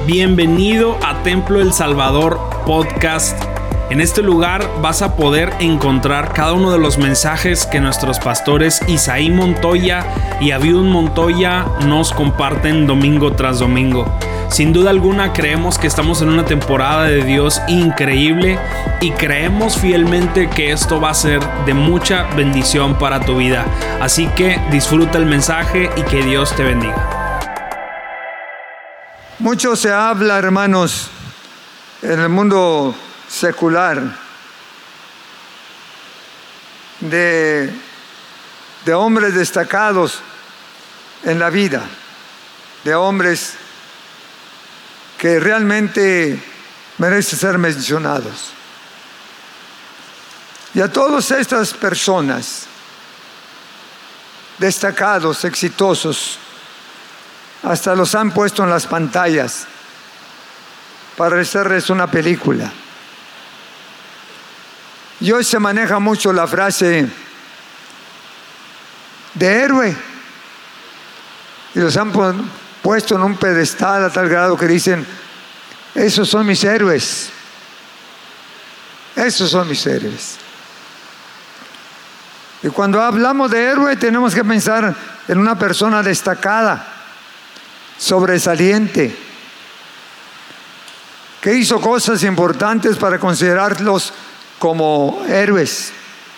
Bienvenido a Templo El Salvador Podcast. En este lugar vas a poder encontrar cada uno de los mensajes que nuestros pastores Isaí Montoya y Abiud Montoya nos comparten domingo tras domingo. Sin duda alguna creemos que estamos en una temporada de Dios increíble y creemos fielmente que esto va a ser de mucha bendición para tu vida. Así que disfruta el mensaje y que Dios te bendiga. Mucho se habla, hermanos, en el mundo secular de hombres destacados en la vida, de hombres que realmente merecen ser mencionados. Y a todas estas personas destacados, exitosos, hasta los han puesto en las pantallas para hacerles una película. Y hoy se maneja mucho la frase de héroe. Y los han puesto en un pedestal a tal grado que dicen: esos son mis héroes. Esos son mis héroes. Y cuando hablamos de héroe tenemos que pensar en una persona destacada, sobresaliente, que hizo cosas importantes para considerarlos como héroes.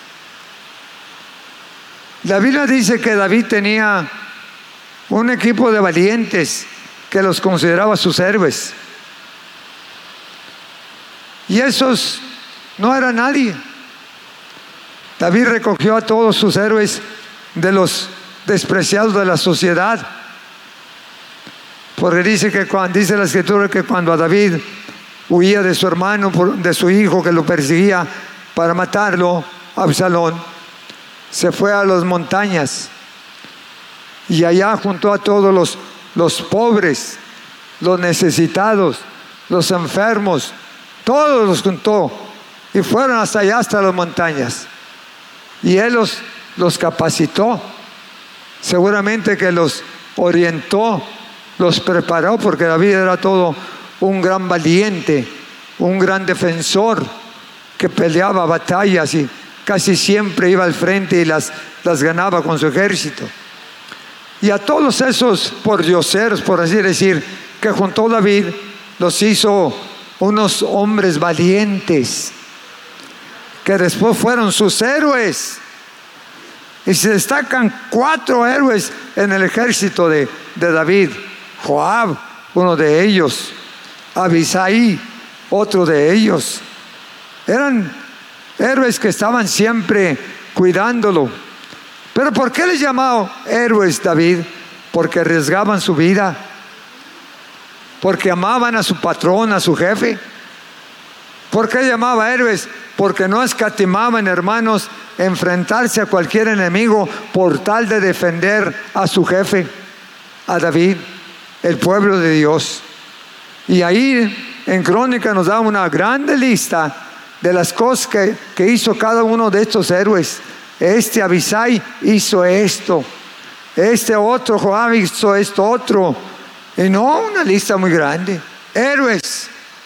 La Biblia dice que David tenía un equipo de valientes que los consideraba sus héroes. Y esos no eran nadie. David recogió a todos sus héroes de los despreciados de la sociedad. Porque dice la Escritura que cuando a David huía de su hermano, de su hijo que lo perseguía para matarlo, Absalón, se fue a las montañas y allá juntó a todos los pobres, los necesitados, los enfermos, todos los juntó y fueron hasta allá, hasta las montañas, y él los capacitó, seguramente que los orientó, los preparó, porque David era todo un gran valiente, un gran defensor que peleaba batallas y casi siempre iba al frente y las ganaba con su ejército. Y a todos esos pordioseros, por así decir, que juntó David, los hizo unos hombres valientes que después fueron sus héroes. Y se destacan 4 héroes en el ejército de David: Joab, uno de ellos; Abisai, otro de ellos. Eran héroes que estaban siempre cuidándolo. ¿Pero por qué les llamaba héroes David? Porque arriesgaban su vida, porque amaban a su patrón, a su jefe. ¿Por qué llamaba héroes? Porque no escatimaban, hermanos, enfrentarse a cualquier enemigo por tal de defender a su jefe, a David, el pueblo de Dios. Y ahí en Crónica nos da una grande lista de las cosas que hizo cada uno de estos héroes. Este Abisai hizo esto, este otro Joab hizo esto otro, y no una lista muy grande. Héroes.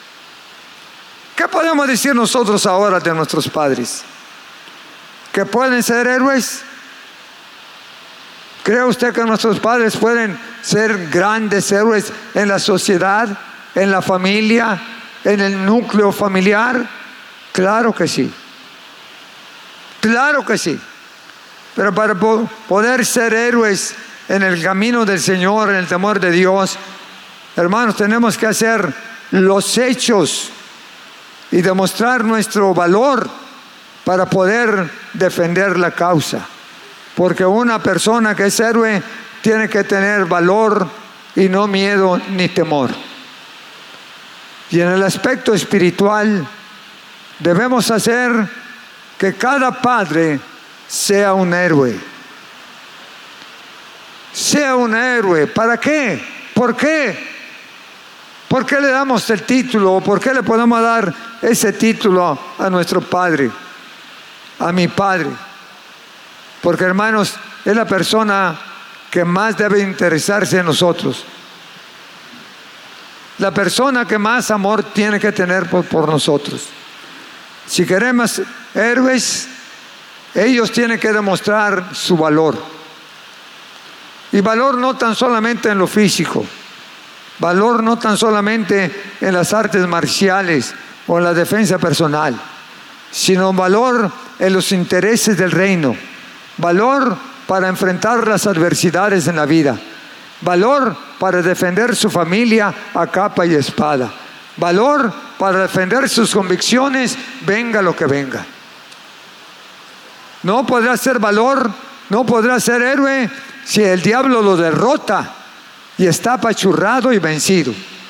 ¿Qué podemos decir nosotros ahora de nuestros padres? ¿Que pueden ser héroes? ¿Cree usted que nuestros padres pueden ser grandes héroes en la sociedad, en la familia, en el núcleo familiar? Claro que sí. Claro que sí. Pero para poder ser héroes en el camino del Señor, en el temor de Dios, hermanos, tenemos que hacer los hechos y demostrar nuestro valor para poder defender la causa. Porque una persona que es héroe tiene que tener valor y no miedo ni temor. Y en el aspecto espiritual debemos hacer que cada padre sea un héroe. Sea un héroe. ¿Para qué? ¿Por qué? ¿Por qué le damos el título? ¿Por qué le podemos dar ese título a nuestro padre? A mi padre. Porque, hermanos, es la persona que más debe interesarse en nosotros. la persona que más amor tiene que tener por nosotros. Si queremos héroes, ellos tienen que demostrar su valor. Y valor no tan solamente en lo físico, valor no tan solamente en las artes marciales o en la defensa personal, sino valor en los intereses del reino, valor para enfrentar las adversidades en la vida, valor para defender su familia a capa y espada, valor para defender sus convicciones, venga lo que venga. No podrá ser valor, no podrá ser héroe si el diablo lo derrota y está apachurrado y vencido.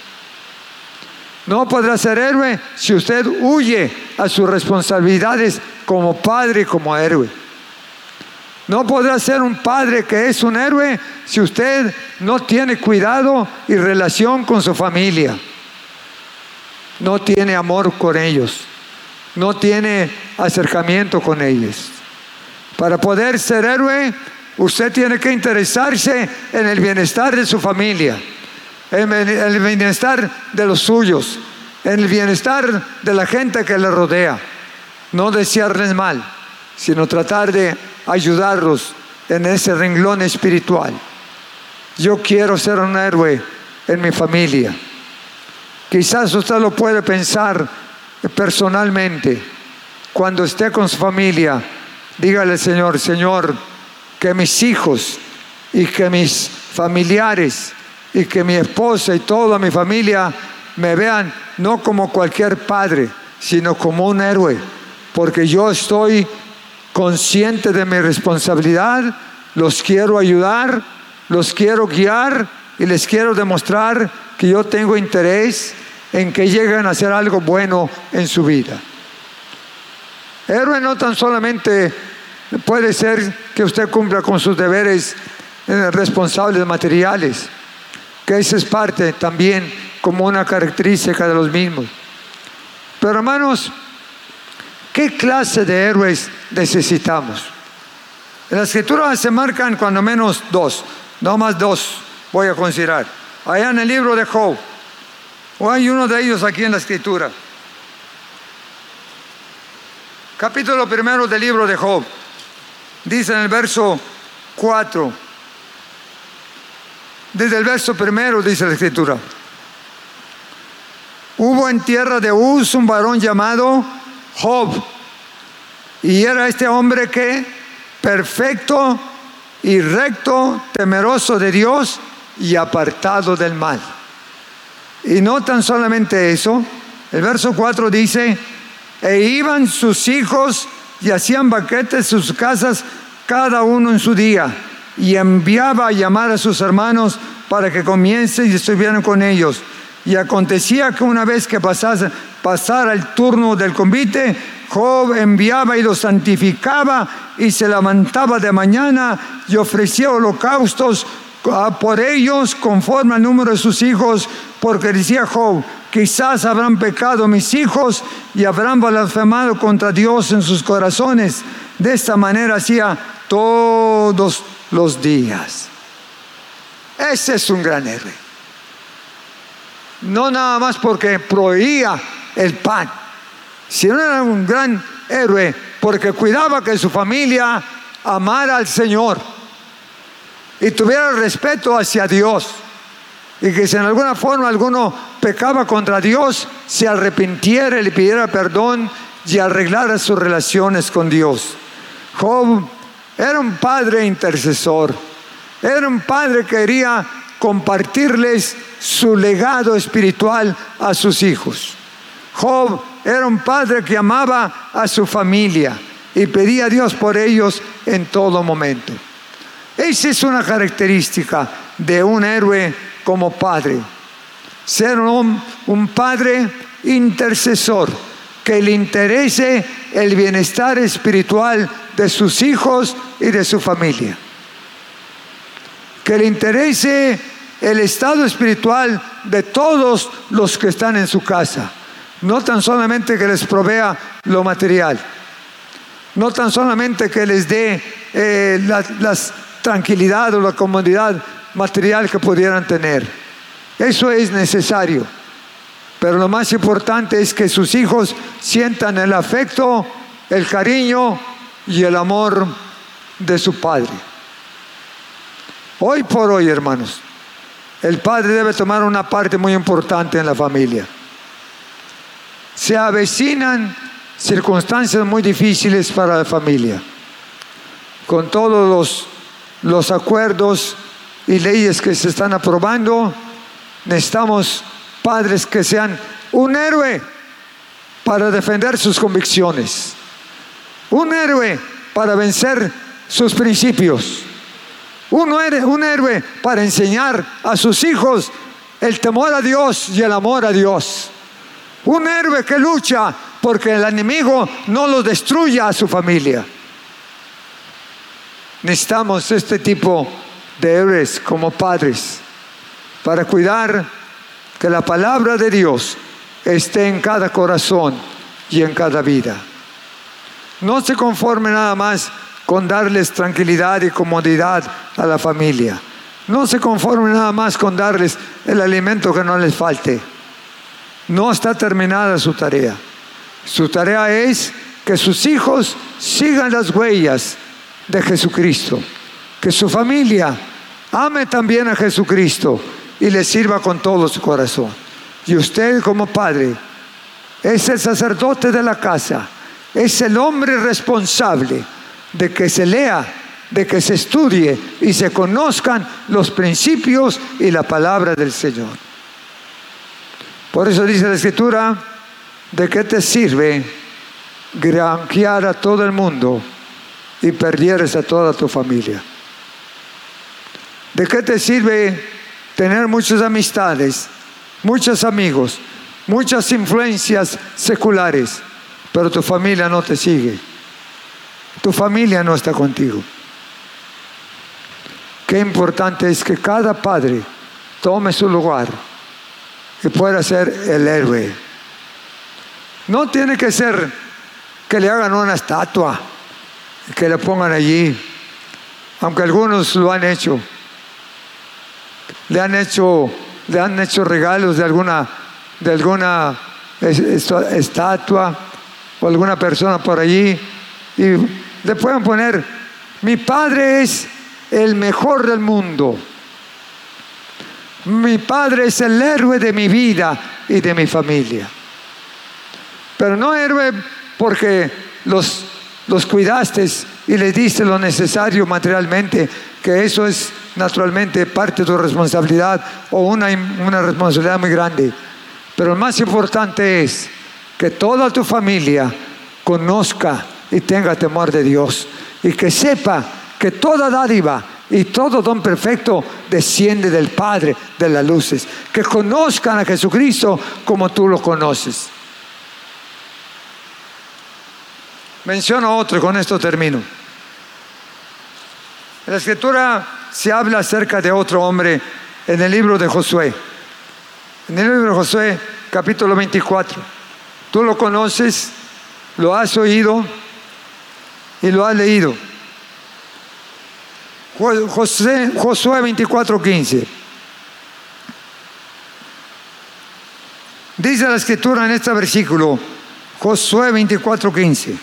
No podrá ser héroe si usted huye a sus responsabilidades como padre y como héroe. No podrá ser un padre que es un héroe si usted no tiene cuidado y relación con su familia. No tiene amor con ellos. No tiene acercamiento con ellos. Para poder ser héroe, usted tiene que interesarse en el bienestar de su familia, en el bienestar de los suyos, en el bienestar de la gente que le rodea. No desearles mal, sino tratar de ayudarlos en ese renglón espiritual. Yo quiero ser un héroe en mi familia. Quizás usted lo puede pensar personalmente. Cuando esté con su familia, dígale: Señor, que mis hijos y que mis familiares y que mi esposa y toda mi familia me vean no como cualquier padre, sino como un héroe, porque yo estoy consciente de mi responsabilidad, los quiero ayudar, los quiero guiar y les quiero demostrar que yo tengo interés en que lleguen a hacer algo bueno en su vida. Héroe no tan solamente puede ser que usted cumpla con sus deberes responsables materiales, que esa es parte también como una característica de los mismos. Pero hermanos, ¿qué clase de héroes necesitamos? En la Escritura se marcan cuando menos dos, no más dos voy a considerar. Allá en el libro de Job, o hay uno de ellos aquí en la Escritura. Capítulo 1 del libro de Job. Dice en el verso 4, desde el verso 1 dice la Escritura: hubo en tierra de Uz un varón llamado Job, y era este hombre que perfecto y recto, temeroso de Dios y apartado del mal. Y no tan solamente eso, el verso 4 dice: e iban sus hijos y hacían banquetes en sus casas, cada uno en su día, y enviaba a llamar a sus hermanos para que comiesen y estuvieran con ellos. Y acontecía que una vez que pasara el turno del convite, Job enviaba y los santificaba, y se levantaba de mañana y ofrecía holocaustos por ellos conforme al número de sus hijos, porque decía Job: quizás habrán pecado mis hijos y habrán blasfemado contra Dios en sus corazones. De esta manera hacía todos los días. Ese es un gran héroe. No nada más porque proveía el pan, sino era un gran héroe porque cuidaba que su familia amara al Señor y tuviera respeto hacia Dios, y que si en alguna forma alguno pecaba contra Dios, se arrepintiera y le pidiera perdón y arreglara sus relaciones con Dios. Job era un padre intercesor, era un padre que quería compartirles su legado espiritual a sus hijos. Job era un padre que amaba a su familia y pedía a Dios por ellos en todo momento. Esa es una característica de un héroe como padre. Ser un padre intercesor, que le interese el bienestar espiritual de sus hijos y de su familia. Que le interese el estado espiritual de todos los que están en su casa. No tan solamente que les provea lo material, no tan solamente que les dé la tranquilidad o la comodidad material que pudieran tener, Eso es necesario. Pero lo más importante es que sus hijos sientan el afecto, el cariño y el amor de su padre. Hoy por hoy, hermanos, el padre debe tomar una parte muy importante en la familia. Se avecinan circunstancias muy difíciles para la familia. Con todos los acuerdos y leyes que se están aprobando, necesitamos padres que sean un héroe para defender sus convicciones, un héroe para vencer sus principios, un héroe para enseñar a sus hijos el temor a Dios y el amor a Dios, un héroe que lucha porque el enemigo no lo destruya a su familia. Necesitamos este tipo de héroes como padres para cuidar que la palabra de Dios esté en cada corazón y en cada vida. No se conforme nada más con darles tranquilidad y comodidad a la familia. No se conforme nada más con darles el alimento que no les falte. No está terminada su tarea. Su tarea es que sus hijos sigan las huellas de Jesucristo. Que su familia ame también a Jesucristo y le sirva con todo su corazón. Y usted como padre es el sacerdote de la casa, es el hombre responsable de que se lea, de que se estudie y se conozcan los principios y la palabra del Señor. Por eso dice la Escritura: ¿de qué te sirve granjear a todo el mundo y perdieres a toda tu familia? ¿De qué te sirve tener muchas amistades, muchos amigos, muchas influencias seculares, pero tu familia no te sigue? Tu familia no está contigo. Qué importante es que cada padre tome su lugar y pueda ser el héroe. No tiene que ser que le hagan una estatua, que le pongan allí, aunque algunos lo han hecho. Le han hecho regalos de alguna estatua o alguna persona por allí, y le pueden poner: mi padre es el mejor del mundo, mi padre es el héroe de mi vida y de mi familia. Pero no héroe porque los cuidaste y les diste lo necesario materialmente, que eso es naturalmente parte de tu responsabilidad o una responsabilidad muy grande. Pero lo más importante es que toda tu familia conozca y tenga temor de Dios, y que sepa que toda dádiva y todo don perfecto desciende del Padre de las luces. Que conozcan a Jesucristo como tú lo conoces. Menciono otro y con esto termino. En la Escritura se habla acerca de otro hombre en el libro de Josué. En el libro de Josué, capítulo 24. Tú lo conoces, lo has oído y lo has leído. Josué 24:15. Dice la Escritura en este versículo, Josué 24:15: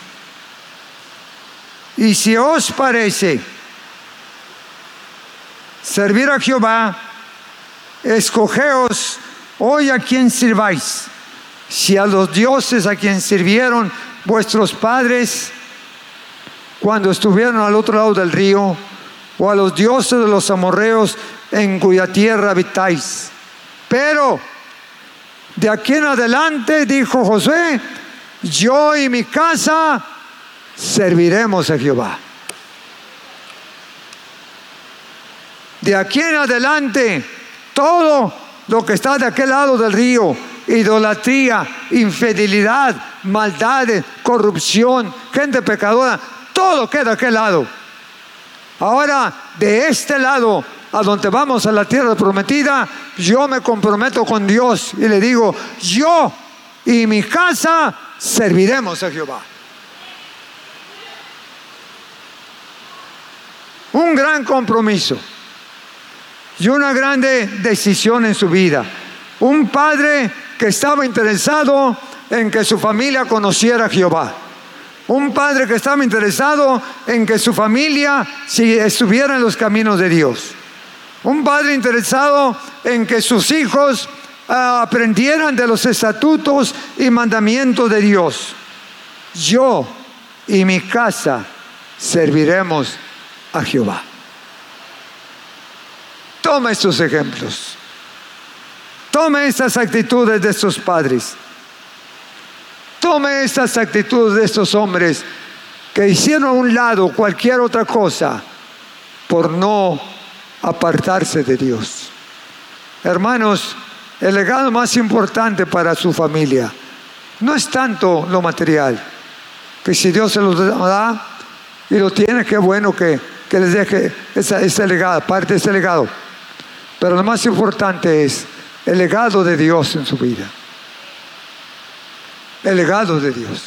y si os parece servir a Jehová, escogeos hoy a quien sirváis, si a los dioses a quien sirvieron vuestros padres cuando estuvieron al otro lado del río, o a los dioses de los amorreos en cuya tierra habitáis. Pero de aquí en adelante, dijo Josué, yo y mi casa serviremos a Jehová. De aquí en adelante, todo lo que está de aquel lado del río, idolatría, infidelidad, maldades, corrupción, gente pecadora, todo queda de aquel lado. Ahora, de este lado, a donde vamos a la tierra prometida, yo me comprometo con Dios y le digo, yo y mi casa serviremos a Jehová. Un gran compromiso. y una grande decisión en su vida. Un padre que estaba interesado en que su familia conociera a Jehová. Un padre que estaba interesado en que su familia estuviera en los caminos de Dios. Un padre interesado en que sus hijos aprendieran de los estatutos y mandamientos de Dios. Yo y mi casa serviremos a Jehová. Toma estos ejemplos. Tome estas actitudes de estos padres. Tome estas actitudes de estos hombres que hicieron a un lado cualquier otra cosa por no apartarse de Dios. Hermanos, el legado más importante para su familia no es tanto lo material, que si Dios se lo da y lo tiene, qué bueno que les deje ese legado, parte de ese legado. Pero lo más importante es el legado de Dios en su vida. El legado de Dios.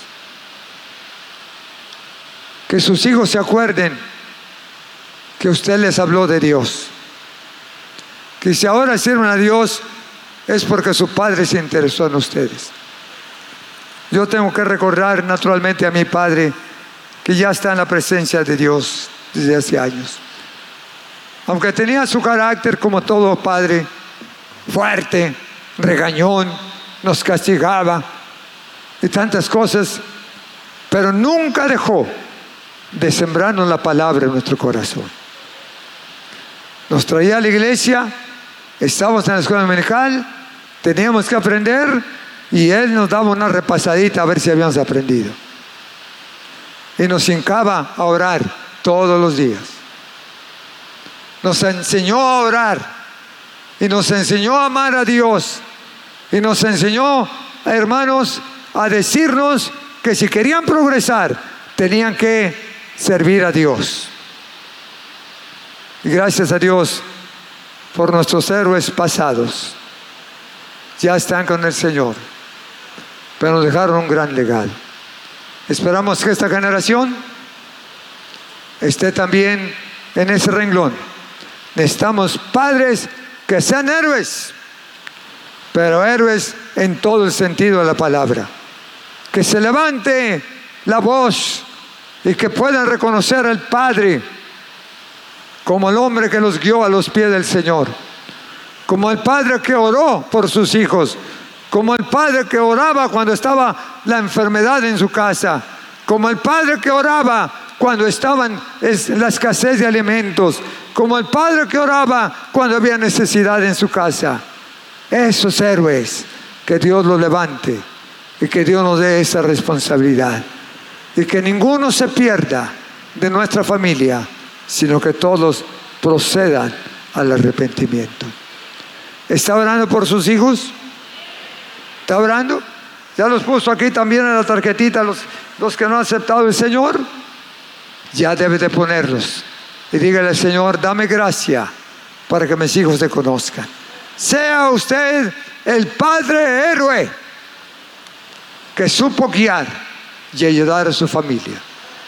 Que sus hijos se acuerden que usted les habló de Dios. Que si ahora sirven a Dios es porque su padre se interesó en ustedes. Yo tengo que recordar naturalmente a mi padre, que ya está en la presencia de Dios desde hace años. Aunque tenía su carácter como todo padre, fuerte, regañón, nos castigaba y tantas cosas, pero nunca dejó de sembrarnos la palabra en nuestro corazón. Nos traía a la iglesia, estábamos en la escuela dominical, teníamos que aprender y él nos daba una repasadita a ver si habíamos aprendido. Y nos hincaba a orar todos los días. Nos enseñó a orar y nos enseñó a amar a Dios y nos enseñó, hermanos, a decirnos que si querían progresar tenían que servir a Dios. Y gracias a Dios por nuestros héroes pasados, ya están con el Señor, pero nos dejaron un gran legado. Esperamos que esta generación esté también en ese renglón. Necesitamos padres que sean héroes, pero héroes en todo el sentido de la palabra. Que se levante la voz y que puedan reconocer al Padre como el hombre que los guió a los pies del Señor, como el padre que oró por sus hijos, como el padre que oraba cuando estaba la enfermedad en su casa, como el padre que oraba cuando estaban en la escasez de alimentos, como el padre que oraba cuando había necesidad en su casa. Esos héroes, que Dios los levante y que Dios nos dé esa responsabilidad y que ninguno se pierda de nuestra familia, sino que todos procedan al arrepentimiento. ¿Está orando por sus hijos? ¿Está orando? ¿Ya los puso aquí también en la tarjetita los que no han aceptado el Señor? Ya debe de ponerlos. Y dígale al Señor, dame gracia para que mis hijos te conozcan. Sea usted el padre héroe que supo guiar y ayudar a su familia.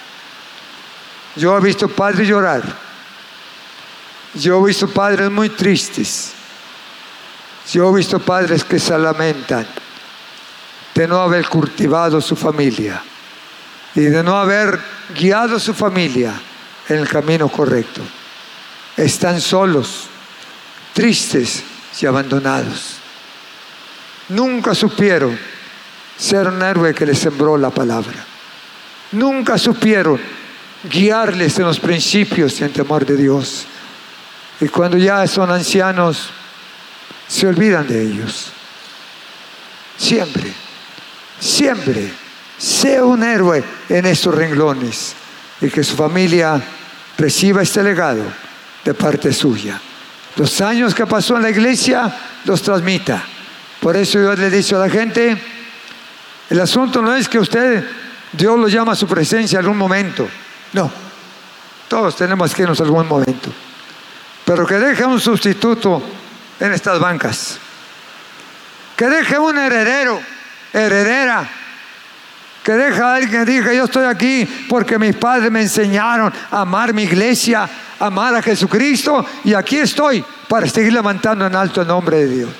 Yo he visto padres llorar. Yo he visto padres muy tristes. Yo he visto padres que se lamentan de no haber cultivado su familia y de no haber guiado a su familia en el camino correcto. Están solos, tristes y abandonados. Nunca supieron ser un héroe que les sembró la palabra. Nunca supieron guiarles en los principios y en temor de Dios. Y cuando ya son ancianos, se olvidan de ellos. Siempre, siempre, sea un héroe en estos renglones y que su familia reciba este legado de parte suya. Los años que pasó en la iglesia los transmita. Por eso yo le he dicho a la gente, el asunto no es que Dios lo llama a su presencia en algún momento. No, todos tenemos que irnos en algún momento, pero que deje un sustituto en estas bancas, que deje un heredera, que deje a alguien que diga, yo estoy aquí porque mis padres me enseñaron a amar mi iglesia, a amar a Jesucristo, y aquí estoy para seguir levantando en alto el nombre de Dios.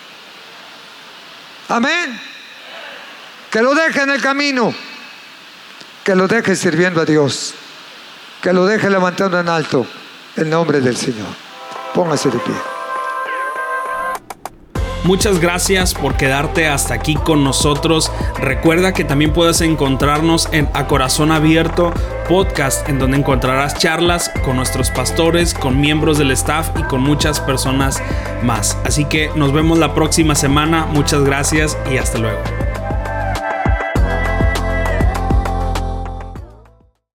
Amén. Que lo deje en el camino, que lo deje sirviendo a Dios, que lo deje levantando en alto el nombre del Señor. Póngase de pie. Muchas gracias por quedarte hasta aquí con nosotros. Recuerda que también puedes encontrarnos en A Corazón Abierto podcast, en donde encontrarás charlas con nuestros pastores, con miembros del staff y con muchas personas más. Así que nos vemos la próxima semana. Muchas gracias y hasta luego.